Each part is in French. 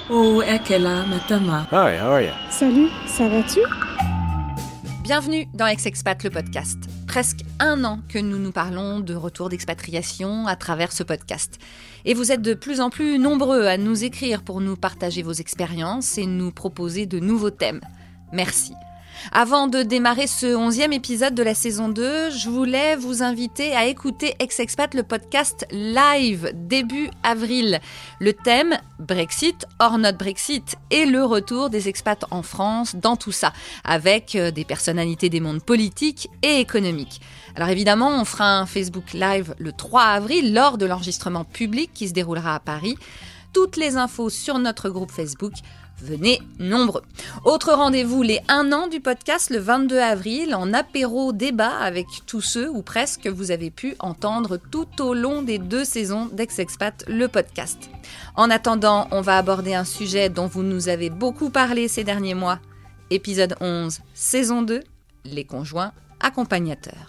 Oh, Ekela, Matama. Hi, how are you? Salut, ça va-tu? Bienvenue dans Ex-Expat, le podcast. Presque 1 an que nous nous parlons de retour d'expatriation à travers ce podcast. Et vous êtes de plus en plus nombreux à nous écrire pour nous partager vos expériences et nous proposer de nouveaux thèmes. Merci. Avant de démarrer ce 11e épisode de la saison 2, je voulais vous inviter à écouter Ex-Expat, le podcast live début avril. Le thème Brexit or not Brexit et le retour des expats en France dans tout ça, avec des personnalités des mondes politiques et économiques. Alors évidemment, on fera un Facebook Live le 3 avril lors de l'enregistrement public qui se déroulera à Paris. Toutes les infos sur notre groupe Facebook. Venez nombreux. Autre rendez-vous, les 1 an du podcast le 22 avril en apéro débat avec tous ceux ou presque que vous avez pu entendre tout au long des 2 saisons d'Ex-Expat, le podcast. En attendant, on va aborder un sujet dont vous nous avez beaucoup parlé ces derniers mois. Épisode 11, saison 2, les conjoints accompagnateurs.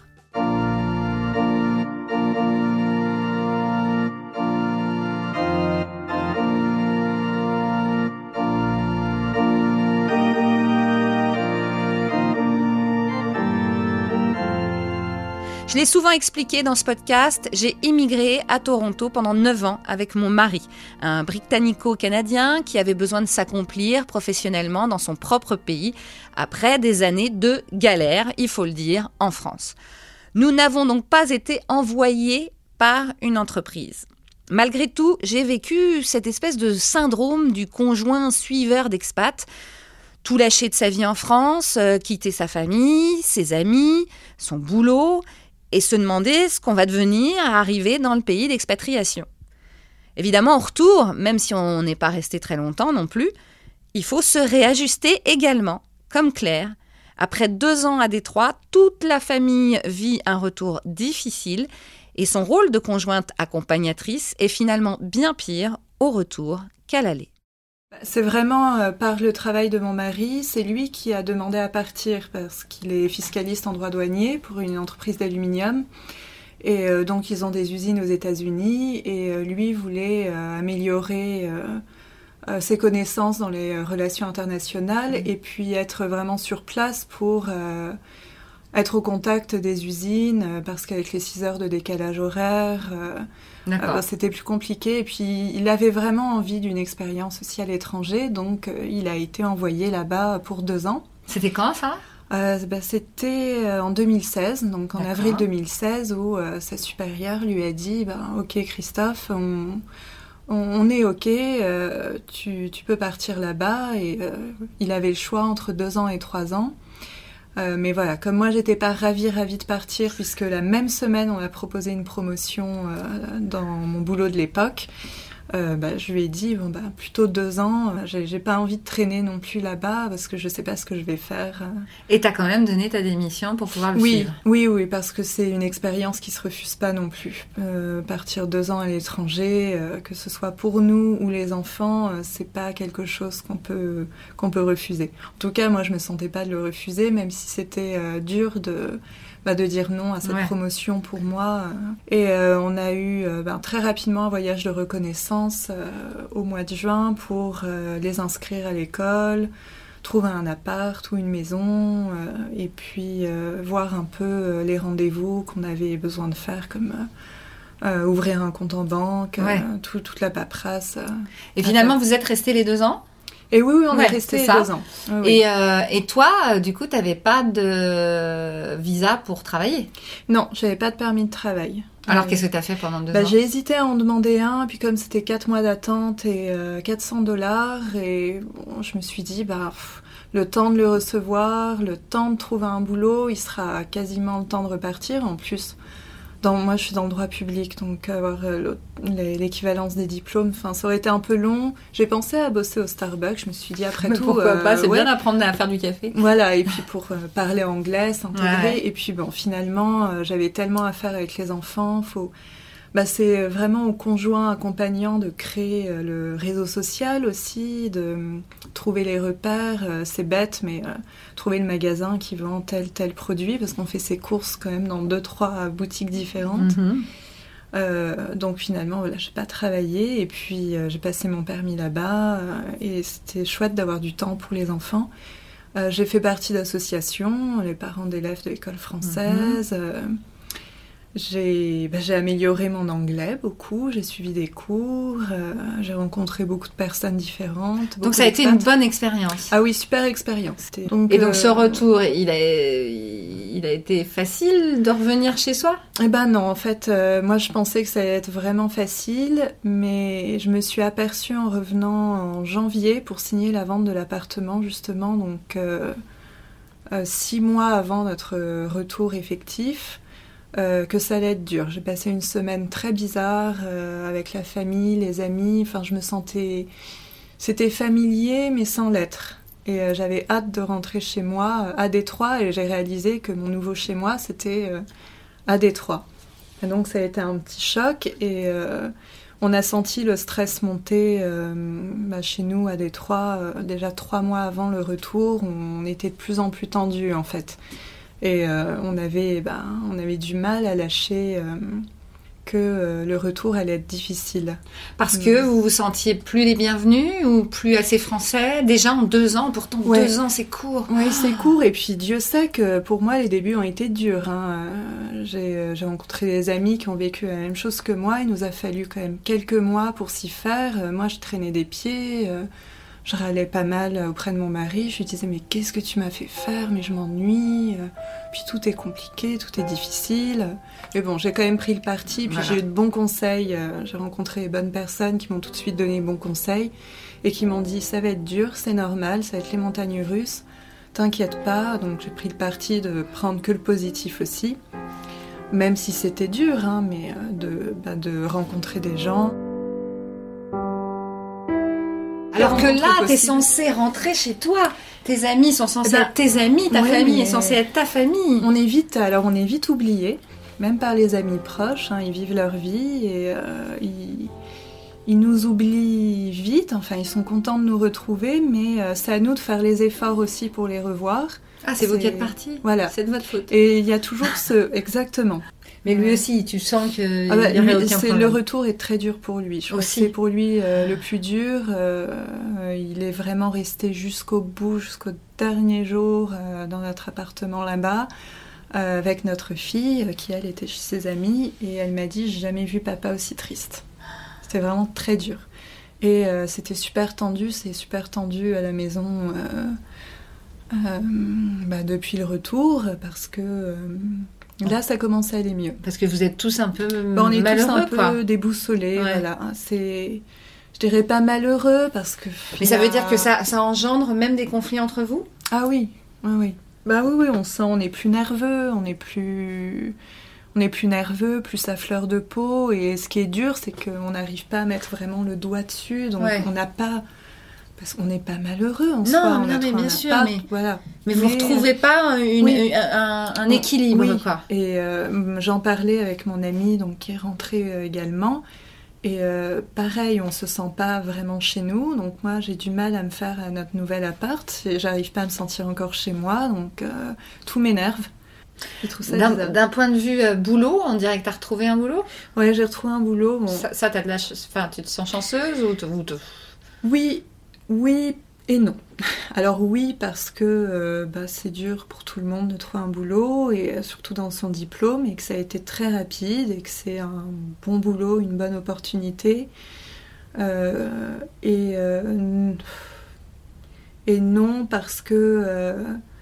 Je l'ai souvent expliqué dans ce podcast, j'ai immigré à Toronto pendant 9 ans avec mon mari, un britannico-canadien qui avait besoin de s'accomplir professionnellement dans son propre pays après des années de galère, il faut le dire, en France. Nous n'avons donc pas été envoyés par une entreprise. Malgré tout, j'ai vécu cette espèce de syndrome du conjoint suiveur d'expat, tout lâcher de sa vie en France, quitter sa famille, ses amis, son boulot et se demander ce qu'on va devenir à arriver dans le pays d'expatriation. Évidemment, en retour, même si on n'est pas resté très longtemps non plus, il faut se réajuster également, comme Claire. Après 2 ans à Détroit, toute la famille vit un retour difficile et son rôle de conjointe accompagnatrice est finalement bien pire au retour qu'à l'aller. C'est vraiment par le travail de mon mari, c'est lui qui a demandé à partir parce qu'il est fiscaliste en droit douanier pour une entreprise d'aluminium. Et donc ils ont des usines aux États-Unis et lui voulait améliorer ses connaissances dans les relations internationales et puis être vraiment sur place pour être au contact des usines parce qu'avec les 6 heures de décalage horaire, c'était plus compliqué. Et puis, il avait vraiment envie d'une expérience aussi à l'étranger, donc il a été envoyé là-bas pour 2 ans. C'était quand ça ? C'était en 2016, donc en avril 2016, où sa supérieure lui a dit « Ok Christophe, on est ok, tu peux partir là-bas. » Et il avait le choix entre 2 ans et 3 ans. Mais voilà, comme moi j'étais pas ravie de partir puisque la même semaine on m'a proposé une promotion dans mon boulot de l'époque, je lui ai dit plutôt 2 ans, j'ai pas envie de traîner non plus là-bas parce que je sais pas ce que je vais faire. Et t'as quand même donné ta démission pour pouvoir le suivre. Oui, parce que c'est une expérience qui se refuse pas non plus. Partir 2 ans à l'étranger, que ce soit pour nous ou les enfants, c'est pas quelque chose qu'on peut refuser. En tout cas, moi je me sentais pas de le refuser, même si c'était dur de dire non à cette promotion pour moi. Et on a eu très rapidement un voyage de reconnaissance au mois de juin pour les inscrire à l'école, trouver un appart ou une maison, et puis voir un peu les rendez-vous qu'on avait besoin de faire, comme ouvrir un compte en banque, toute la paperasse. Et finalement, vous êtes restés les 2 ans ? Et oui, on est resté 2 ans. Oui. Et toi, du coup, t'avais pas de visa pour travailler ? Non, j'avais pas de permis de travail. Alors, qu'est-ce que t'as fait pendant 2 ans ? J'ai hésité à en demander un, puis comme c'était 4 mois d'attente et $400, et je me suis dit, le temps de le recevoir, le temps de trouver un boulot, il sera quasiment le temps de repartir. En plus, moi, je suis dans le droit public, donc avoir l'équivalence des diplômes, ça aurait été un peu long. J'ai pensé à bosser au Starbucks, je me suis dit après tout... Pourquoi pas, c'est bien d'apprendre à faire du café. Voilà, et puis pour parler anglais, s'intégrer, et puis finalement, j'avais tellement à faire avec les enfants, c'est vraiment au conjoint accompagnant de créer le réseau social aussi, de trouver les repères. C'est bête, mais trouver le magasin qui vend tel produit, parce qu'on fait ses courses quand même dans 2-3 boutiques différentes. Donc finalement, voilà, j'ai pas travaillé et puis j'ai passé mon permis là-bas et c'était chouette d'avoir du temps pour les enfants. J'ai fait partie d'associations, les parents d'élèves de l'école française. J'ai amélioré mon anglais beaucoup, j'ai suivi des cours, j'ai rencontré beaucoup de personnes différentes. Donc ça a été une bonne expérience. Ah oui, super expérience. Donc ce retour, il a été facile de revenir chez soi ? Eh ben non, en fait, moi je pensais que ça allait être vraiment facile, mais je me suis aperçue en revenant en janvier pour signer la vente de l'appartement justement, donc 6 mois avant notre retour effectif. Que ça allait être dur. J'ai passé une semaine très bizarre avec la famille, les amis. Enfin, je me sentais... C'était familier, mais sans l'être. Et j'avais hâte de rentrer chez moi à Détroit. Et j'ai réalisé que mon nouveau chez moi, c'était à Détroit. Et donc, ça a été un petit choc. Et on a senti le stress monter chez nous à Détroit. Déjà 3 mois avant le retour, on était de plus en plus tendus, en fait. Et on avait du mal à lâcher que le retour allait être difficile. Parce que vous vous sentiez plus les bienvenus ou plus assez français ? Déjà en 2 ans, pourtant 2 ans c'est court. Oui, c'est court. Et puis Dieu sait que pour moi les débuts ont été durs. J'ai rencontré des amis qui ont vécu la même chose que moi. Il nous a fallu quand même quelques mois pour s'y faire. Moi je traînais des pieds. Je râlais pas mal auprès de mon mari. Je lui disais, mais qu'est-ce que tu m'as fait faire ? Mais je m'ennuie. Puis tout est compliqué, tout est difficile. Mais bon, j'ai quand même pris le parti. Puis j'ai eu de bons conseils. J'ai rencontré les bonnes personnes qui m'ont tout de suite donné les bons conseils. Et qui m'ont dit, ça va être dur, c'est normal, ça va être les montagnes russes. T'inquiète pas. Donc j'ai pris le parti de prendre que le positif aussi. Même si c'était dur, mais de rencontrer des gens. Alors que là, t'es censé rentrer chez toi. Tes amis sont censés être tes amis, ta famille est censée être ta famille. On est vite oubliés, même par les amis proches. Ils vivent leur vie et ils nous oublient vite. Enfin, ils sont contents de nous retrouver, mais c'est à nous de faire les efforts aussi pour les revoir. Ah, c'est vous qui êtes partis. Voilà. C'est de votre faute. Et il y a toujours exactement. Mais lui aussi, tu sens qu'il y aurait aucun problème. Le retour est très dur pour lui. Je crois que c'est pour lui le plus dur. Il est vraiment resté jusqu'au bout, jusqu'au dernier jour dans notre appartement là-bas, avec notre fille qui, elle, était chez ses amis. Et elle m'a dit, j'ai jamais vu papa aussi triste. C'était vraiment très dur. Et c'était super tendu. C'est super tendu à la maison depuis le retour, parce que... Là, ça commence à aller mieux. Parce que vous êtes tous un peu on est malheureux, tous un peu déboussolés, voilà. Je dirais pas malheureux, parce que... Mais ça veut dire que ça engendre même des conflits entre vous ? Ah oui, oui. Bah oui, on est plus nerveux, on est plus nerveux, plus à fleur de peau, et ce qui est dur, c'est qu'on n'arrive pas à mettre vraiment le doigt dessus, donc on n'a pas... Parce qu'on n'est pas malheureux en soi. Non, mais bien sûr. Voilà. Mais vous ne retrouvez pas un équilibre, quoi. Et j'en parlais avec mon amie, donc, qui est rentrée également. Et pareil, on ne se sent pas vraiment chez nous. Donc moi, j'ai du mal à me faire à notre nouvel appart. Et j'arrive pas à me sentir encore chez moi. Donc tout m'énerve. D'un point de vue boulot, on dirait que tu as retrouvé un boulot ? Ouais, j'ai retrouvé un boulot. Bon. Ça t'as de la enfin, tu te sens chanceuse ou Oui et non. Alors oui, parce que c'est dur pour tout le monde de trouver un boulot, et surtout dans son diplôme, et que ça a été très rapide, et que c'est un bon boulot, une bonne opportunité. Et non, parce que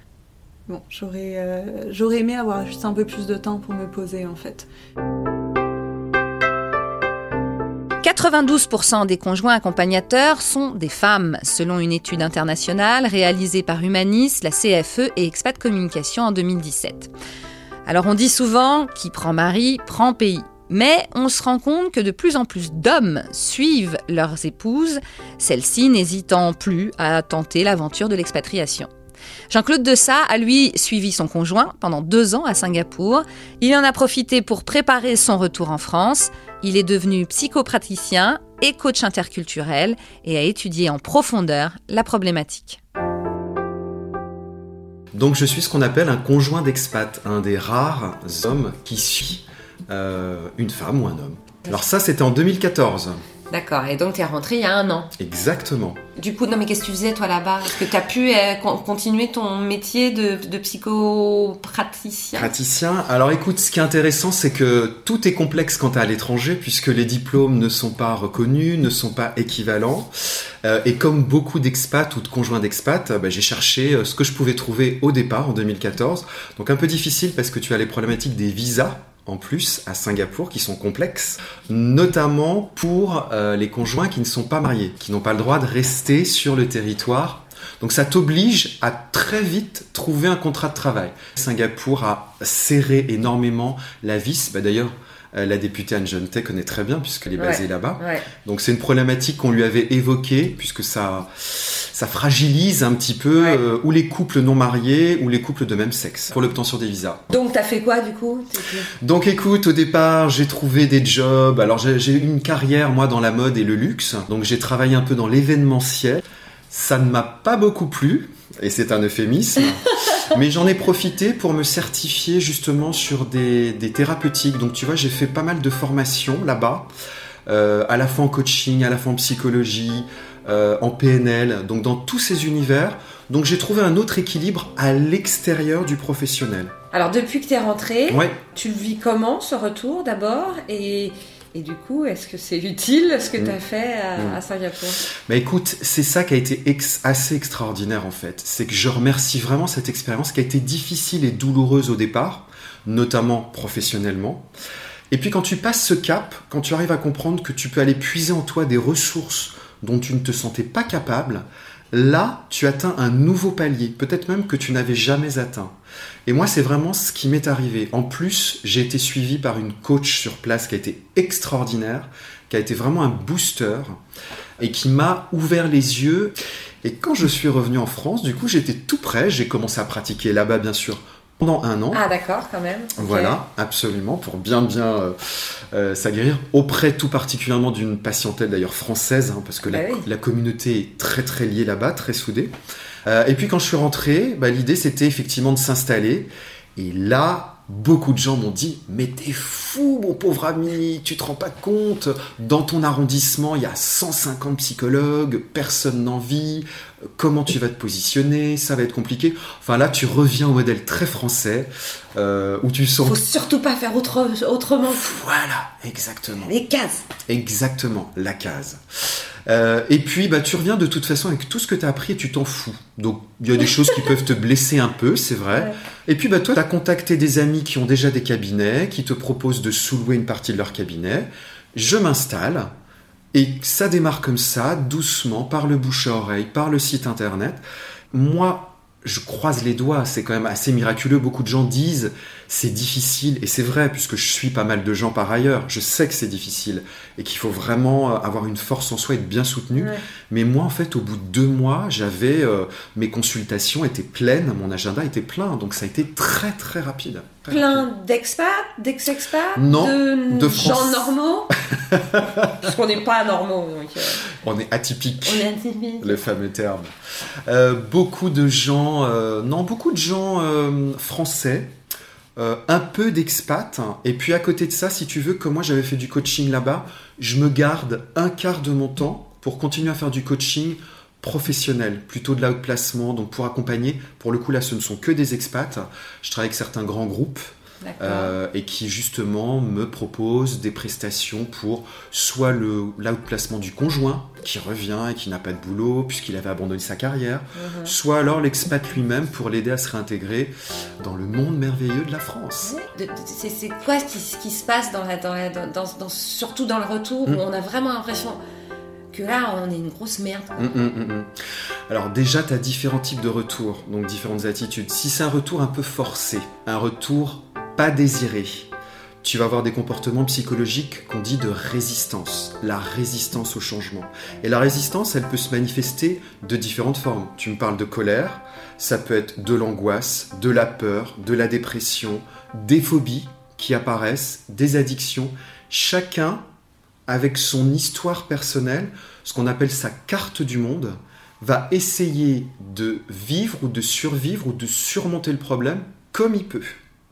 j'aurais aimé avoir juste un peu plus de temps pour me poser, en fait. 92% des conjoints accompagnateurs sont des femmes, selon une étude internationale réalisée par Humanis, la CFE et Expat Communication en 2017. Alors on dit souvent « qui prend mari, prend pays ». Mais on se rend compte que de plus en plus d'hommes suivent leurs épouses, celles-ci n'hésitant plus à tenter l'aventure de l'expatriation. Jean-Claude Dessat a lui suivi son conjoint pendant 2 ans à Singapour. Il en a profité pour préparer son retour en France. Il est devenu psychopraticien et coach interculturel et a étudié en profondeur la problématique. Donc je suis ce qu'on appelle un conjoint d'expat, un des rares hommes qui suit une femme ou un homme Alors ça, c'était en 2014. D'accord, et donc tu es rentré il y a 1 an. Exactement. Du coup, non mais qu'est-ce que tu faisais toi là-bas ? Est-ce que tu as pu continuer ton métier de psychopraticien ? Praticien. Alors écoute, ce qui est intéressant, c'est que tout est complexe quand tu es à l'étranger, puisque les diplômes ne sont pas reconnus, ne sont pas équivalents. Et comme beaucoup d'expats ou de conjoints d'expats, j'ai cherché ce que je pouvais trouver au départ, en 2014. Donc un peu difficile parce que tu as les problématiques des visas, en plus, à Singapour, qui sont complexes, notamment pour les conjoints qui ne sont pas mariés, qui n'ont pas le droit de rester sur le territoire. Donc ça t'oblige à très vite trouver un contrat de travail. Singapour a serré énormément la vis. D'ailleurs, la députée Anne Jeantet connaît très bien puisqu'elle est basée là-bas. Ouais. Donc c'est une problématique qu'on lui avait évoquée puisque ça fragilise un petit peu ou les couples non mariés ou les couples de même sexe pour l'obtention des visas. Donc t'as fait quoi du coup ? Donc écoute, au départ j'ai trouvé des jobs. Alors j'ai eu une carrière moi dans la mode et le luxe. Donc j'ai travaillé un peu dans l'événementiel. Ça ne m'a pas beaucoup plu et c'est un euphémisme. Mais j'en ai profité pour me certifier justement sur des thérapeutiques. Donc tu vois, j'ai fait pas mal de formations là-bas, à la fois en coaching, à la fois en psychologie, en PNL, donc dans tous ces univers. Donc j'ai trouvé un autre équilibre à l'extérieur du professionnel. Alors depuis que tu es rentré, tu le vis comment ce retour d'abord et du coup, est-ce que c'est utile ce que tu as fait à Singapour ? Écoute, c'est ça qui a été assez extraordinaire en fait. C'est que je remercie vraiment cette expérience qui a été difficile et douloureuse au départ, notamment professionnellement. Et puis quand tu passes ce cap, quand tu arrives à comprendre que tu peux aller puiser en toi des ressources dont tu ne te sentais pas capable, là, tu atteins un nouveau palier, peut-être même que tu n'avais jamais atteint. Et moi, c'est vraiment ce qui m'est arrivé. En plus, j'ai été suivi par une coach sur place qui a été extraordinaire, qui a été vraiment un booster et qui m'a ouvert les yeux. Et quand je suis revenu en France, du coup, j'étais tout prêt. J'ai commencé à pratiquer là-bas, bien sûr, pendant 1 an. Ah d'accord, quand même. Okay. Voilà, absolument, pour bien s'aguerrir, auprès tout particulièrement d'une patientèle d'ailleurs française, parce que la communauté est très très liée là-bas, très soudée. Et puis quand je suis rentré, l'idée c'était effectivement de s'installer. Et là, beaucoup de gens m'ont dit « Mais t'es fou, mon pauvre ami, tu te rends pas compte, dans ton arrondissement, il y a 150 psychologues, personne n'en vit, comment tu vas te positionner, ça va être compliqué. » Enfin là, tu reviens au modèle très français, où tu sens... Faut surtout pas faire autrement. Voilà, exactement. Les cases. Exactement, la case. Et puis tu reviens de toute façon avec tout ce que tu as appris et tu t'en fous. Donc il y a des choses qui peuvent te blesser un peu, c'est vrai. Ouais. Et puis toi tu as contacté des amis qui ont déjà des cabinets, qui te proposent de sous-louer une partie de leur cabinet. Je m'installe et ça démarre comme ça, doucement, par le bouche à oreille, par le site internet. Moi, je croise les doigts, c'est quand même assez miraculeux. Beaucoup de gens disent c'est difficile, et c'est vrai, puisque je suis pas mal de gens par ailleurs. Je sais que c'est difficile et qu'il faut vraiment avoir une force en soi et être bien soutenu. Ouais. Mais moi, en fait, au bout de 2 mois, j'avais mes consultations étaient pleines, mon agenda était plein, donc ça a été très très rapide. Plein d'expats, d'ex-expats, non, de gens normaux. Parce qu'on n'est pas normaux. Donc on est atypique. On est atypique. Le fameux terme. Beaucoup de gens, français. Un peu d'expat, et puis à côté de ça, si tu veux, comme moi j'avais fait du coaching là-bas, je me garde 1/4 de mon temps pour continuer à faire du coaching professionnel, plutôt de l'outplacement, donc pour accompagner. Pour le coup là, ce ne sont que des expats. Je travaille avec certains grands groupes et qui justement me proposent des prestations pour soit l'outplacement du conjoint qui revient et qui n'a pas de boulot puisqu'il avait abandonné sa carrière, soit alors l'expat lui-même pour l'aider à se réintégrer dans le monde merveilleux de la France. C'est quoi ce qui se passe surtout dans le retour où on a vraiment l'impression que là, on est une grosse merde. Alors déjà, tu as différents types de retours, donc différentes attitudes. Si c'est un retour un peu forcé, un retour pas désiré, tu vas avoir des comportements psychologiques qu'on dit de résistance, la résistance au changement. Et la résistance, elle peut se manifester de différentes formes. Tu me parles de colère, ça peut être de l'angoisse, de la peur, de la dépression, des phobies qui apparaissent, des addictions. Chacun, avec son histoire personnelle, ce qu'on appelle sa carte du monde, va essayer de vivre ou de survivre ou de surmonter le problème comme il peut.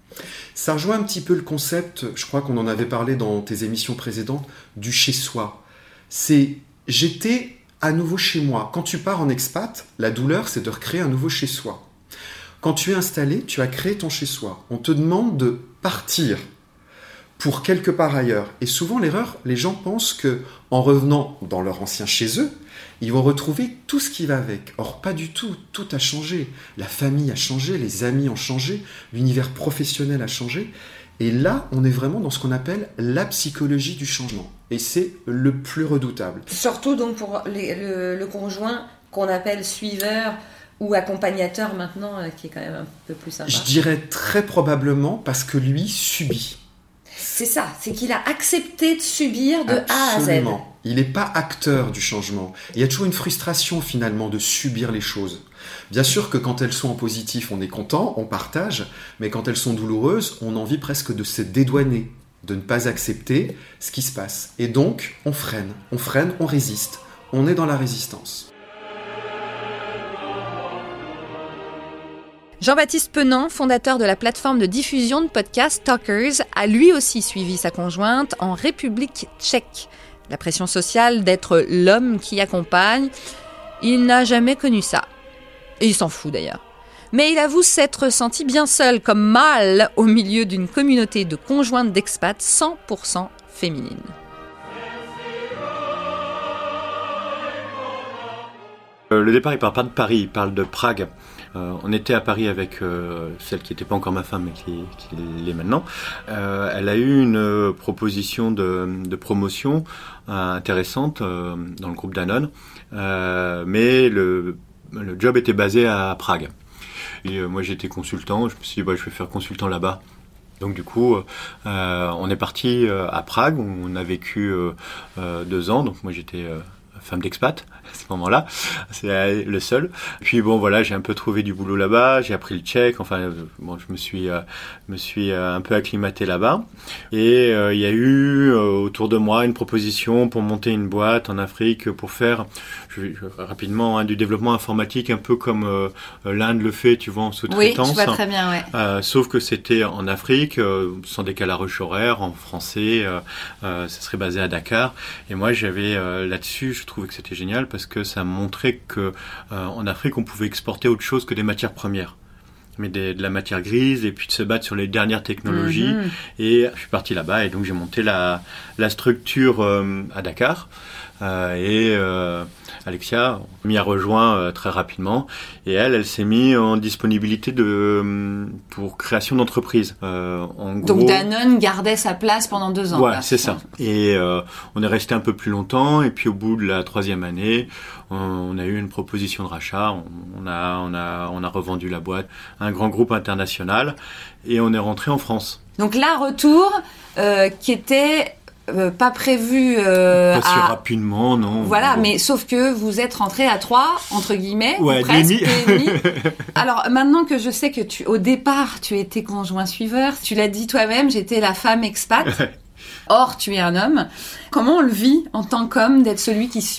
Ça rejoint un petit peu le concept, je crois qu'on en avait parlé dans tes émissions précédentes, du chez-soi. C'est j'étais à nouveau chez moi. Quand tu pars en expat, la douleur, c'est de recréer un nouveau chez-soi. Quand tu es installé, tu as créé ton chez-soi. On te demande de partir pour quelque part ailleurs. Et souvent, l'erreur, les gens pensent que en revenant dans leur ancien chez eux, ils vont retrouver tout ce qui va avec. Or, pas du tout. Tout a changé. La famille a changé, les amis ont changé, l'univers professionnel a changé. Et là, on est vraiment dans ce qu'on appelle la psychologie du changement. Et c'est le plus redoutable. Surtout donc pour le conjoint qu'on appelle suiveur ou accompagnateur maintenant, qui est quand même un peu plus sympa. Je dirais très probablement parce que lui subit. C'est ça, c'est qu'il a accepté de subir de Absolument. A à Z. Il n'est pas acteur du changement. Il y a toujours une frustration finalement de subir les choses. Bien sûr que quand elles sont en positif, on est content, on partage, mais quand elles sont douloureuses, on a envie presque de se dédouaner, de ne pas accepter ce qui se passe. Et donc, on freine, on résiste. On est dans la résistance. Jean-Baptiste Penant, fondateur de la plateforme de diffusion de podcasts Talkers, a lui aussi suivi sa conjointe en République tchèque. La pression sociale d'être l'homme qui accompagne, il n'a jamais connu ça. Et il s'en fout d'ailleurs. Mais il avoue s'être senti bien seul, comme mâle, au milieu d'une communauté de conjointes d'expats 100% féminines. Le départ, il parle pas de Paris, il parle de Prague. On était à Paris avec celle qui n'était pas encore ma femme, mais qui l'est maintenant. Elle a eu une proposition de promotion intéressante dans le groupe Danone, mais le job était basé à Prague. Et moi, j'étais consultant. Je me suis dit, je vais faire consultant là-bas. Donc du coup, on est parti à Prague, où on a vécu 2 ans. Donc moi, j'étais femme d'expat à ce moment-là, c'est le seul. Puis bon, voilà, j'ai un peu trouvé du boulot là-bas, j'ai appris le tchèque, enfin bon, je me suis un peu acclimaté là-bas. Et il y a eu autour de moi une proposition pour monter une boîte en Afrique pour faire rapidement du développement informatique, un peu comme l'Inde le fait, tu vois, en sous-traitance. Oui, je vois très bien, ouais. Sauf que c'était en Afrique, sans décalage horaire, en français, ça serait basé à Dakar. Et moi, j'avais là-dessus, je trouvais que c'était génial parce que ça montrait que en Afrique, on pouvait exporter autre chose que des matières premières, mais de la matière grise, et puis de se battre sur les dernières technologies. Et je suis parti là-bas, et donc j'ai monté la structure à Dakar. Et Alexia m'y a rejoint très rapidement, et elle s'est mise en disponibilité pour création d'entreprise. En gros, donc Danone gardait sa place pendant 2 ans. Ouais, c'est ça. Et on est resté un peu plus longtemps, et puis au bout de la 3e année, on a eu une proposition de rachat. On a revendu la boîte à un grand groupe international, et on est rentré en France. Donc là, retour qui était pas prévu pas si rapidement, non. Voilà, bon. Mais sauf que vous êtes rentrés à 3, entre guillemets, ouais, ou presque, et demi. Alors, maintenant que je sais que au départ, tu étais conjoint suiveur, tu l'as dit toi-même, j'étais la femme expat. Or, tu es un homme. Comment on le vit en tant qu'homme d'être celui qui suit ?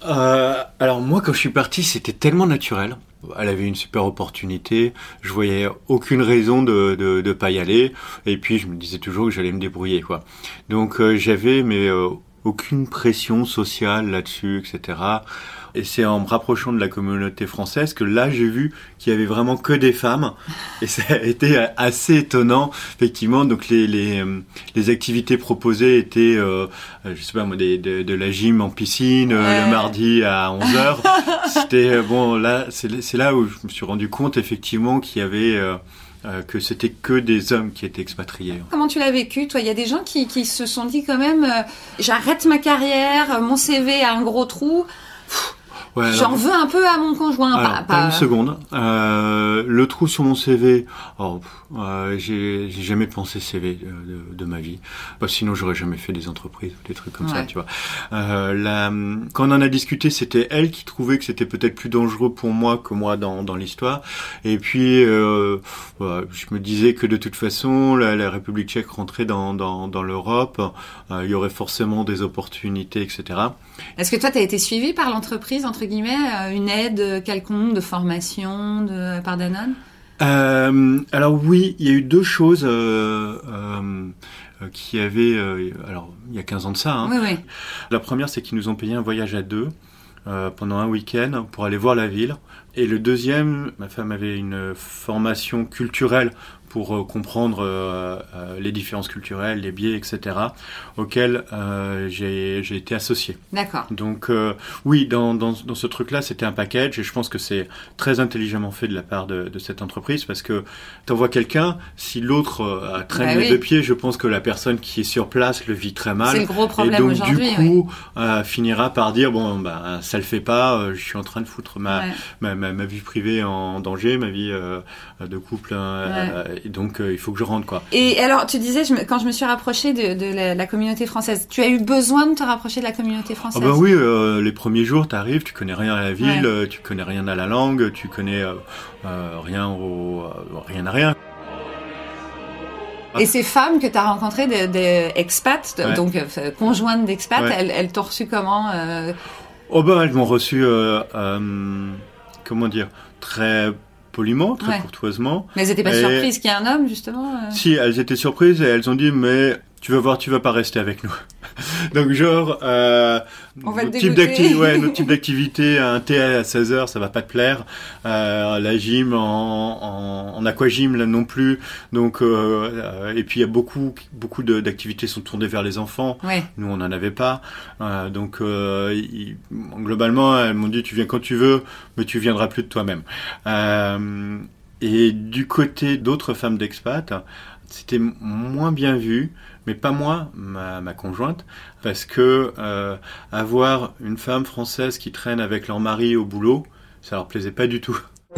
Alors moi, quand je suis parti, c'était tellement naturel. Elle avait une super opportunité, je voyais aucune raison de pas y aller, et puis je me disais toujours que j'allais me débrouiller, quoi. Donc j'avais aucune pression sociale là-dessus, etc. Et c'est en me rapprochant de la communauté française que là j'ai vu qu'il y avait vraiment que des femmes, et ça a été assez étonnant, effectivement. Donc les activités proposées étaient je sais pas moi, de la gym en piscine, ouais, le mardi à 11h. C'était bon, là c'est là où je me suis rendu compte effectivement qu'il y avait que c'était que des hommes qui étaient expatriés. Comment tu l'as vécu, toi ? Il y a des gens qui se sont dit quand même j'arrête ma carrière, mon CV a un gros trou. Ouais, j'en veux un peu à mon conjoint. Alors, pas une seconde. Le trou sur mon CV, j'ai jamais pensé CV de ma vie. Sinon, j'aurais jamais fait des entreprises ou des trucs comme ça, tu vois. Quand on en a discuté, c'était elle qui trouvait que c'était peut-être plus dangereux pour moi que moi dans l'histoire. Et puis, je me disais que de toute façon, la République tchèque rentrait dans l'Europe, il y aurait forcément des opportunités, etc. Est-ce que toi, tu as été suivi par l'entreprise, entre guillemets, une aide quelconque de formation par Danone ? Alors oui, il y a eu deux choses qui avaient... alors, il y a 15 ans de ça. Hein. Oui. La première, c'est qu'ils nous ont payé un voyage à deux pendant un week-end pour aller voir la ville. Et le deuxième, ma femme avait une formation culturelle pour comprendre les différences culturelles, les biais, etc., auxquels j'ai été associé. D'accord. Donc oui, dans ce truc-là, c'était un package, et je pense que c'est très intelligemment fait de la part de cette entreprise, parce que t'envoies quelqu'un, si l'autre traîne les deux pieds, je pense que la personne qui est sur place le vit très mal. C'est le gros problème et donc, aujourd'hui. Du coup, finira par dire, bon, ça le fait pas, je suis en train de foutre ma vie privée en danger, ma vie de couple, et donc il faut que je rentre, quoi. Et alors, tu disais, quand je me suis rapprochée de la communauté française, tu as eu besoin de te rapprocher de la communauté française? Ben oui, les premiers jours, t'arrives, tu connais rien à la ville, tu connais rien à la langue, tu connais rien à rien. Et ces femmes que tu as rencontrées, des expats, donc conjointes d'expats, elles t'ont reçu comment Elles m'ont reçu, comment dire, très poliment, très courtoisement. Mais elles n'étaient pas surprises qu'il y ait un homme, justement Si, elles étaient surprises et elles ont dit, mais tu vas voir, tu vas pas rester avec nous. Donc genre, notre type d'activité, un thé à 16h, ça va pas te plaire. La gym en aquagym, là non plus. Donc, et puis il y a beaucoup d'activités sont tournées vers les enfants. Ouais. Nous, on n'en avait pas. Donc, globalement, elles m'ont dit, tu viens quand tu veux, mais tu viendras plus de toi-même. Et du côté d'autres femmes d'expat, c'était moins bien vu, mais pas moi, ma conjointe, parce que avoir une femme française qui traîne avec leur mari au boulot, ça leur plaisait pas du tout.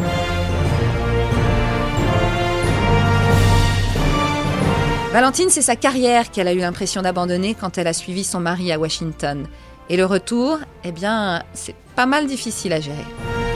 Valentine, c'est sa carrière qu'elle a eu l'impression d'abandonner quand elle a suivi son mari à Washington. Et le retour, c'est pas mal difficile à gérer.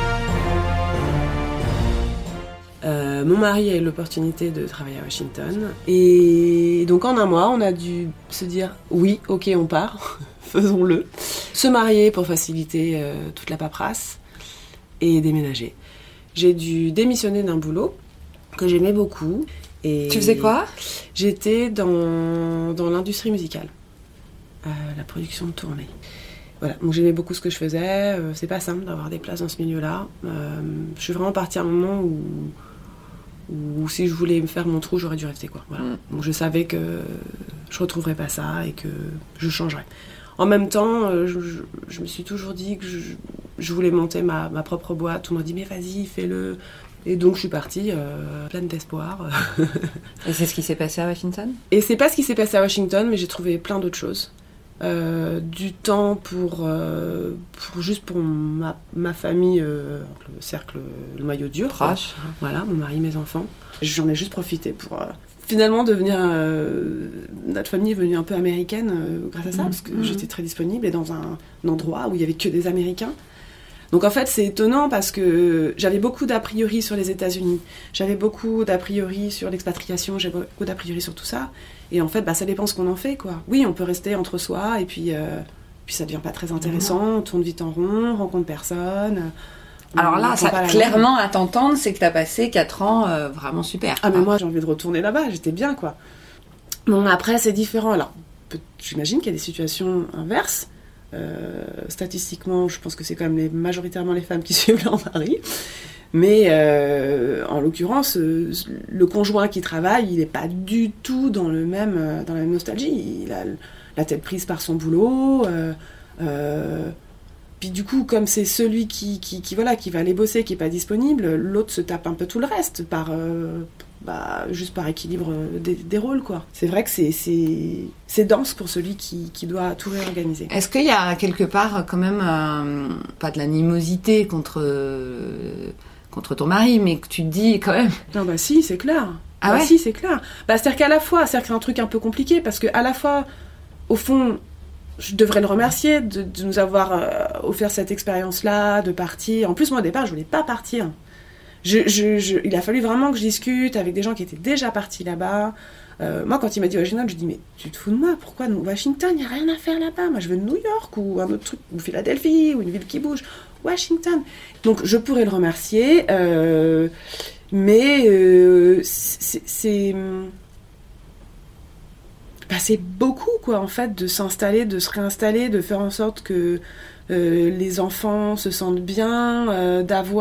Mon mari a eu l'opportunité de travailler à Washington et donc en un mois on a dû se dire oui, ok, on part, faisons-le, se marier pour faciliter toute la paperasse et déménager. J'ai dû démissionner d'un boulot que j'aimais beaucoup. Et tu faisais quoi ? J'étais dans l'industrie musicale, la production de tournées. Voilà, donc j'aimais beaucoup ce que je faisais, c'est pas simple d'avoir des places dans ce milieu-là. Je suis vraiment partie à un moment où si je voulais me faire mon trou, j'aurais dû rester, quoi. Voilà. Donc je savais que je retrouverais pas ça et que je changerais. En même temps, je me suis toujours dit que je voulais monter ma propre boîte. Tout le monde dit mais vas-y, fais-le. Et donc je suis partie pleine d'espoir. Et c'est ce qui s'est passé à Washington ? Et c'est pas ce qui s'est passé à Washington, mais j'ai trouvé plein d'autres choses. Du temps pour ma famille, le cercle, le noyau dur, proche. Voilà, mon mari, mes enfants. J'en ai juste profité pour finalement devenir notre famille est devenue un peu américaine grâce à ça, parce que j'étais très disponible et dans un endroit où il y avait que des Américains. Donc en fait c'est étonnant parce que j'avais beaucoup d'a priori sur les États-Unis, j'avais beaucoup d'a priori sur l'expatriation, j'avais beaucoup d'a priori sur tout ça. Et en fait, ça dépend ce qu'on en fait, quoi. Oui, on peut rester entre soi, et puis ça devient pas très intéressant, on tourne vite en rond, on rencontre personne. Alors là, ça, clairement, à t'entendre, c'est que t'as passé 4 ans vraiment super. Ah, mais moi, j'ai envie de retourner là-bas, j'étais bien, quoi. Bon, après, c'est différent. Alors, j'imagine qu'il y a des situations inverses. Statistiquement, je pense que c'est quand même majoritairement les femmes qui suivent leur mari. Mais en l'occurrence, le conjoint qui travaille, il n'est pas du tout dans la même nostalgie. Il a la tête prise par son boulot. Puis du coup, comme c'est celui qui va aller bosser, qui n'est pas disponible, l'autre se tape un peu tout le reste juste par équilibre des rôles, quoi. C'est vrai que c'est dense pour celui qui doit tout réorganiser. Est-ce qu'il y a quelque part quand même pas de l'animosité contre ton mari, mais que tu te dis quand même... Non, si, c'est clair. Ah ouais ? Si, c'est clair. C'est-à-dire qu'à la fois, c'est un truc un peu compliqué, parce qu'à la fois, au fond, je devrais le remercier de nous avoir offert cette expérience-là, de partir. En plus, moi, au départ, je voulais pas partir. Il a fallu vraiment que je discute avec des gens qui étaient déjà partis là-bas. Moi, quand il m'a dit Washington, je dis mais tu te fous de moi, pourquoi Washington, il n'y a rien à faire là-bas. Moi, je veux New York ou un autre truc, ou Philadelphie, ou une ville qui bouge. Washington. Donc, je pourrais le remercier. Mais c'est beaucoup, quoi, en fait, de s'installer, de se réinstaller, de faire en sorte que les enfants se sentent bien,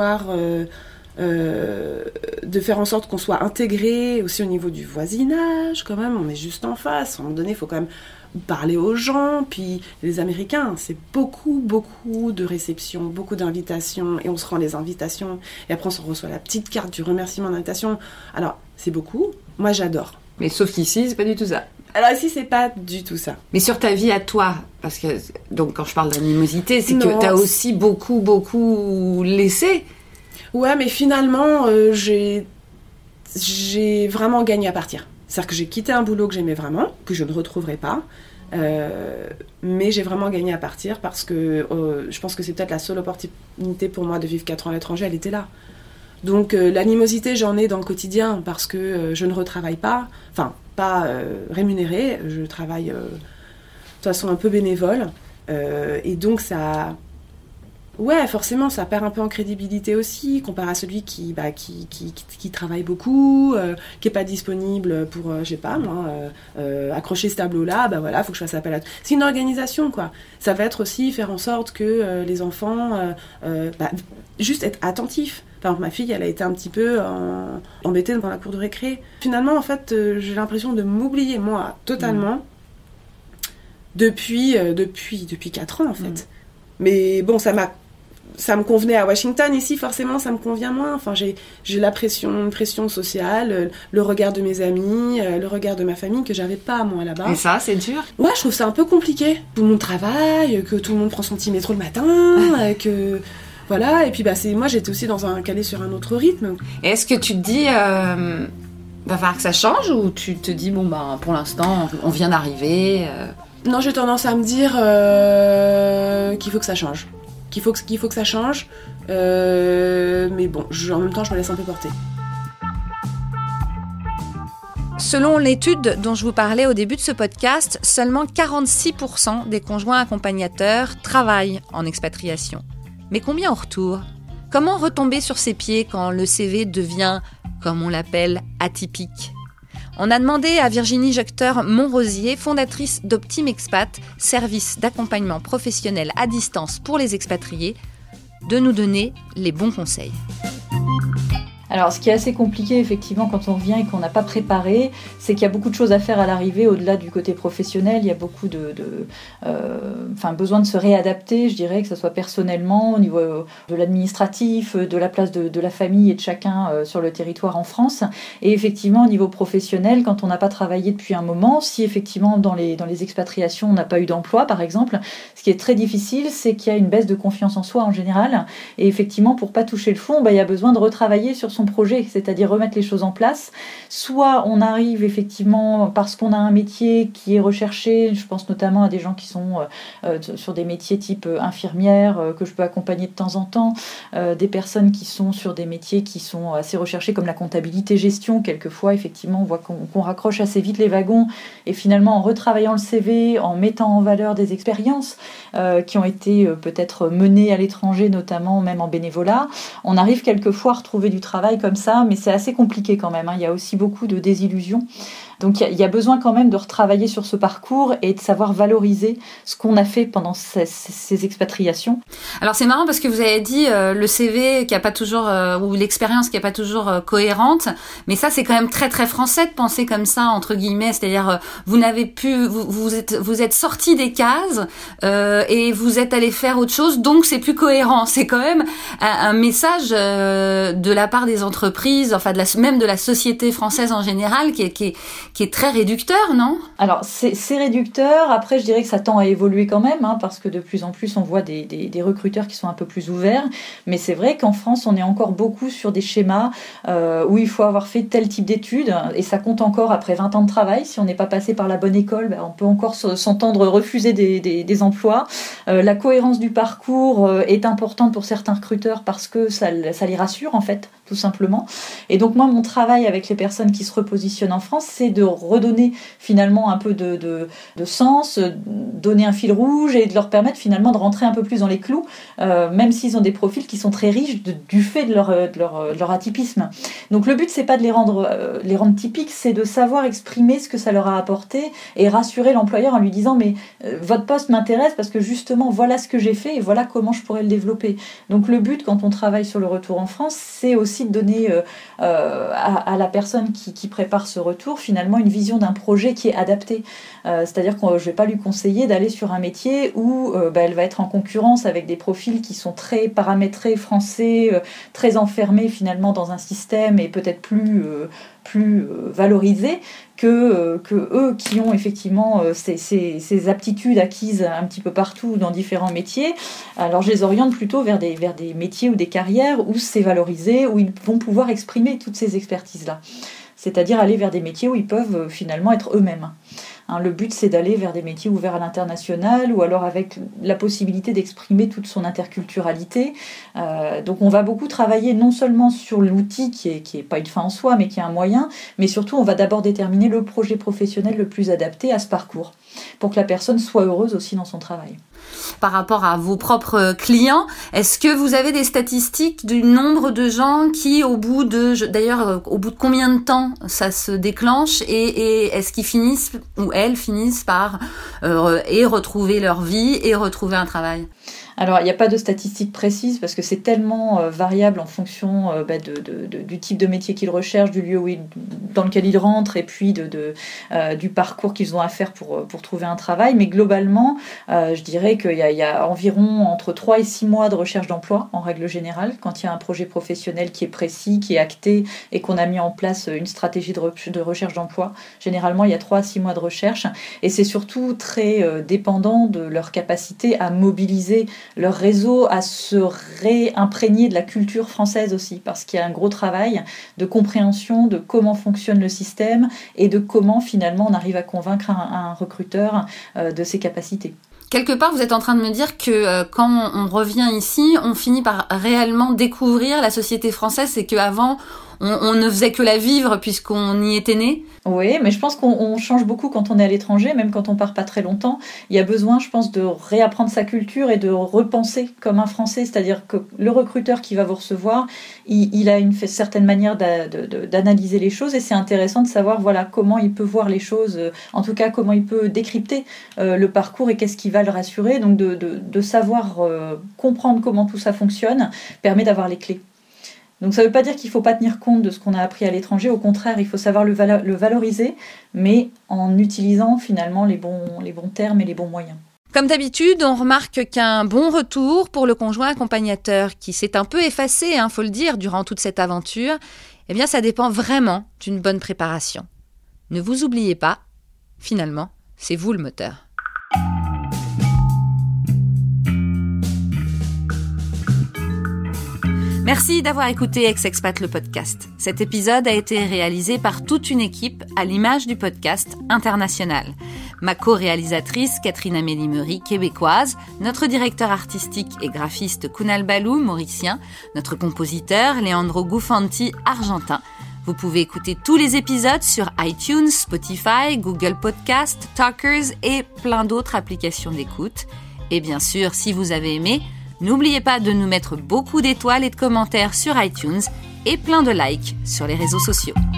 de faire en sorte qu'on soit intégré aussi au niveau du voisinage, quand même, on est juste en face. À un moment donné, il faut quand même parler aux gens. Puis les Américains, c'est beaucoup de réceptions, beaucoup d'invitations, et on se rend les invitations, et après on se reçoit la petite carte du remerciement d'invitation. Alors, c'est beaucoup. Moi, j'adore. Mais sauf qu'ici, c'est pas du tout ça. Alors ici, c'est pas du tout ça. Mais sur ta vie à toi, parce que donc quand je parle d'animosité, c'est Non, que t'as aussi beaucoup laissé. Ouais, mais finalement, j'ai vraiment gagné à partir. C'est-à-dire que j'ai quitté un boulot que j'aimais vraiment, que je ne retrouverai pas, mais j'ai vraiment gagné à partir parce que je pense que c'est peut-être la seule opportunité pour moi de vivre 4 ans à l'étranger, elle était là. Donc l'animosité, j'en ai dans le quotidien parce que je ne retravaille pas, enfin pas rémunérée, je travaille de façon un peu bénévole, et donc ça... Ouais, forcément, ça perd un peu en crédibilité aussi, comparé à celui qui travaille beaucoup, qui est pas disponible pour, je sais pas moi, accrocher ce tableau-là, bah voilà, faut que je fasse appel à... C'est une organisation, quoi. Ça va être aussi faire en sorte que les enfants, juste être attentifs. Par exemple, ma fille, elle a été un petit peu embêtée devant la cour de récré. Finalement, en fait, j'ai l'impression de m'oublier, moi, totalement, depuis 4 ans, en fait. Mais bon, ça me convenait à Washington. Ici, forcément, ça me convient moins. Enfin, j'ai une pression sociale, le regard de mes amis, le regard de ma famille que j'avais pas, moi, là-bas. Et ça, c'est dur. Ouais, je trouve ça un peu compliqué. Tout le monde travaille, que tout le monde prend son petit métro le matin, que... Voilà, et puis moi, j'étais aussi calée sur un autre rythme. Et est-ce que tu te dis, va falloir que ça change, ou tu te dis, bon, bah, pour l'instant, on vient d'arriver Non, j'ai tendance à me dire qu'il faut que ça change. Qu'il faut que ça change, mais bon, en même temps, je me laisse un peu porter. Selon l'étude dont je vous parlais au début de ce podcast, seulement 46% des conjoints accompagnateurs travaillent en expatriation. Mais combien en retour ? Comment retomber sur ses pieds quand le CV devient, comme on l'appelle, atypique ? On a demandé à Virginie Jechter-Montrosier, fondatrice d'Optime Expat, service d'accompagnement professionnel à distance pour les expatriés, de nous donner les bons conseils. Alors, ce qui est assez compliqué, effectivement, quand on revient et qu'on n'a pas préparé, c'est qu'il y a beaucoup de choses à faire à l'arrivée, au-delà du côté professionnel. Il y a beaucoup besoin de se réadapter, je dirais, que ce soit personnellement, au niveau de l'administratif, de la place de la famille et de chacun sur le territoire en France. Et effectivement, au niveau professionnel, quand on n'a pas travaillé depuis un moment, si effectivement, dans les expatriations, on n'a pas eu d'emploi, par exemple, ce qui est très difficile, c'est qu'il y a une baisse de confiance en soi en général. Et effectivement, pour pas toucher le fond, il y a besoin de retravailler sur son projet, c'est-à-dire remettre les choses en place. Soit on arrive effectivement parce qu'on a un métier qui est recherché, je pense notamment à des gens qui sont sur des métiers type infirmière, que je peux accompagner de temps en temps, des personnes qui sont sur des métiers qui sont assez recherchés comme la comptabilité-gestion. Quelquefois, effectivement, on voit qu'on raccroche assez vite les wagons, et finalement, en retravaillant le CV, en mettant en valeur des expériences qui ont été peut-être menées à l'étranger, notamment même en bénévolat, on arrive quelquefois à retrouver du travail comme ça, mais c'est assez compliqué quand même, hein. Il y a aussi beaucoup de désillusions. Donc il y a besoin quand même de retravailler sur ce parcours et de savoir valoriser ce qu'on a fait pendant ces expatriations. Alors c'est marrant parce que vous avez dit le CV qui a pas toujours ou l'expérience qui a pas toujours cohérente, mais ça c'est quand même très très français de penser comme ça entre guillemets, c'est-à-dire vous n'avez pu vous êtes sorti des cases et vous êtes allé faire autre chose, donc c'est plus cohérent. C'est quand même un message de la part des entreprises, enfin même de la société française en général qui est très réducteur, non ? Alors, c'est réducteur. Après, je dirais que ça tend à évoluer quand même, hein, parce que de plus en plus, on voit des recruteurs qui sont un peu plus ouverts. Mais c'est vrai qu'en France, on est encore beaucoup sur des schémas où il faut avoir fait tel type d'études. Et ça compte encore après 20 ans de travail. Si on n'est pas passé par la bonne école, on peut encore s'entendre refuser des emplois. La cohérence du parcours est importante pour certains recruteurs parce que ça les rassure, en fait, tout simplement. Et donc, moi, mon travail avec les personnes qui se repositionnent en France, c'est de redonner finalement un peu de sens, donner un fil rouge et de leur permettre finalement de rentrer un peu plus dans les clous, même s'ils ont des profils qui sont très riches du fait de leur atypisme. Donc le but, c'est pas de les rendre typiques, c'est de savoir exprimer ce que ça leur a apporté et rassurer l'employeur en lui disant mais votre poste m'intéresse parce que justement voilà ce que j'ai fait et voilà comment je pourrais le développer. Donc le but quand on travaille sur le retour en France, c'est aussi de donner à la personne qui prépare ce retour finalement une vision d'un projet qui est adapté. C'est-à-dire que je ne vais pas lui conseiller d'aller sur un métier où elle va être en concurrence avec des profils qui sont très paramétrés français, très enfermés finalement dans un système et peut-être plus valorisés que eux qui ont effectivement ces aptitudes acquises un petit peu partout dans différents métiers. Alors je les oriente plutôt vers des métiers ou des carrières où c'est valorisé, où ils vont pouvoir exprimer toutes ces expertises-là. C'est-à-dire aller vers des métiers où ils peuvent finalement être eux-mêmes. Le but, c'est d'aller vers des métiers ouverts à l'international ou alors avec la possibilité d'exprimer toute son interculturalité. Donc on va beaucoup travailler non seulement sur l'outil qui est pas une fin en soi, mais qui est un moyen, mais surtout on va d'abord déterminer le projet professionnel le plus adapté à ce parcours pour que la personne soit heureuse aussi dans son travail. Par rapport à vos propres clients, est-ce que vous avez des statistiques du nombre de gens qui, au bout de combien de temps ça se déclenche et est-ce qu'ils finissent ou elles finissent par retrouver leur vie et retrouver un travail ? Alors, il n'y a pas de statistiques précises parce que c'est tellement variable en fonction du type de métier qu'ils recherchent, du lieu dans lequel ils rentrent et puis du parcours qu'ils ont à faire pour trouver un travail. Mais globalement, je dirais qu'il y a environ entre 3 et 6 mois de recherche d'emploi en règle générale quand il y a un projet professionnel qui est précis, qui est acté et qu'on a mis en place une stratégie de recherche d'emploi. Généralement, il y a 3 à 6 mois de recherche et c'est surtout très dépendant de leur capacité à mobiliser leur réseau, à se réimprégner de la culture française aussi, parce qu'il y a un gros travail de compréhension de comment fonctionne le système et de comment finalement on arrive à convaincre un recruteur de ses capacités. Quelque part, vous êtes en train de me dire que quand on revient ici, on finit par réellement découvrir la société française et qu'avant, on ne faisait que la vivre puisqu'on y était né. Oui, mais je pense qu'on change beaucoup quand on est à l'étranger, même quand on part pas très longtemps. Il y a besoin, je pense, de réapprendre sa culture et de repenser comme un Français. C'est-à-dire que le recruteur qui va vous recevoir, il a une certaine manière d'analyser les choses et c'est intéressant de savoir comment il peut voir les choses, en tout cas comment il peut décrypter le parcours et qu'est-ce qui va le rassurer. Donc de savoir comprendre comment tout ça fonctionne permet d'avoir les clés. Donc ça ne veut pas dire qu'il ne faut pas tenir compte de ce qu'on a appris à l'étranger, au contraire, il faut savoir le valoriser, mais en utilisant finalement les bons termes et les bons moyens. Comme d'habitude, on remarque qu'un bon retour pour le conjoint accompagnateur qui s'est un peu effacé, faut le dire, durant toute cette aventure, eh bien ça dépend vraiment d'une bonne préparation. Ne vous oubliez pas, finalement, c'est vous le moteur. Merci d'avoir écouté Ex-Expat le podcast. Cet épisode a été réalisé par toute une équipe à l'image du podcast international. Ma co-réalisatrice Catherine Amélie Meury, québécoise, notre directeur artistique et graphiste Kunal Balou, mauricien, notre compositeur Leandro Gufanti, argentin. Vous pouvez écouter tous les épisodes sur iTunes, Spotify, Google Podcast, Talkers et plein d'autres applications d'écoute. Et bien sûr, si vous avez aimé, n'oubliez pas de nous mettre beaucoup d'étoiles et de commentaires sur iTunes et plein de likes sur les réseaux sociaux.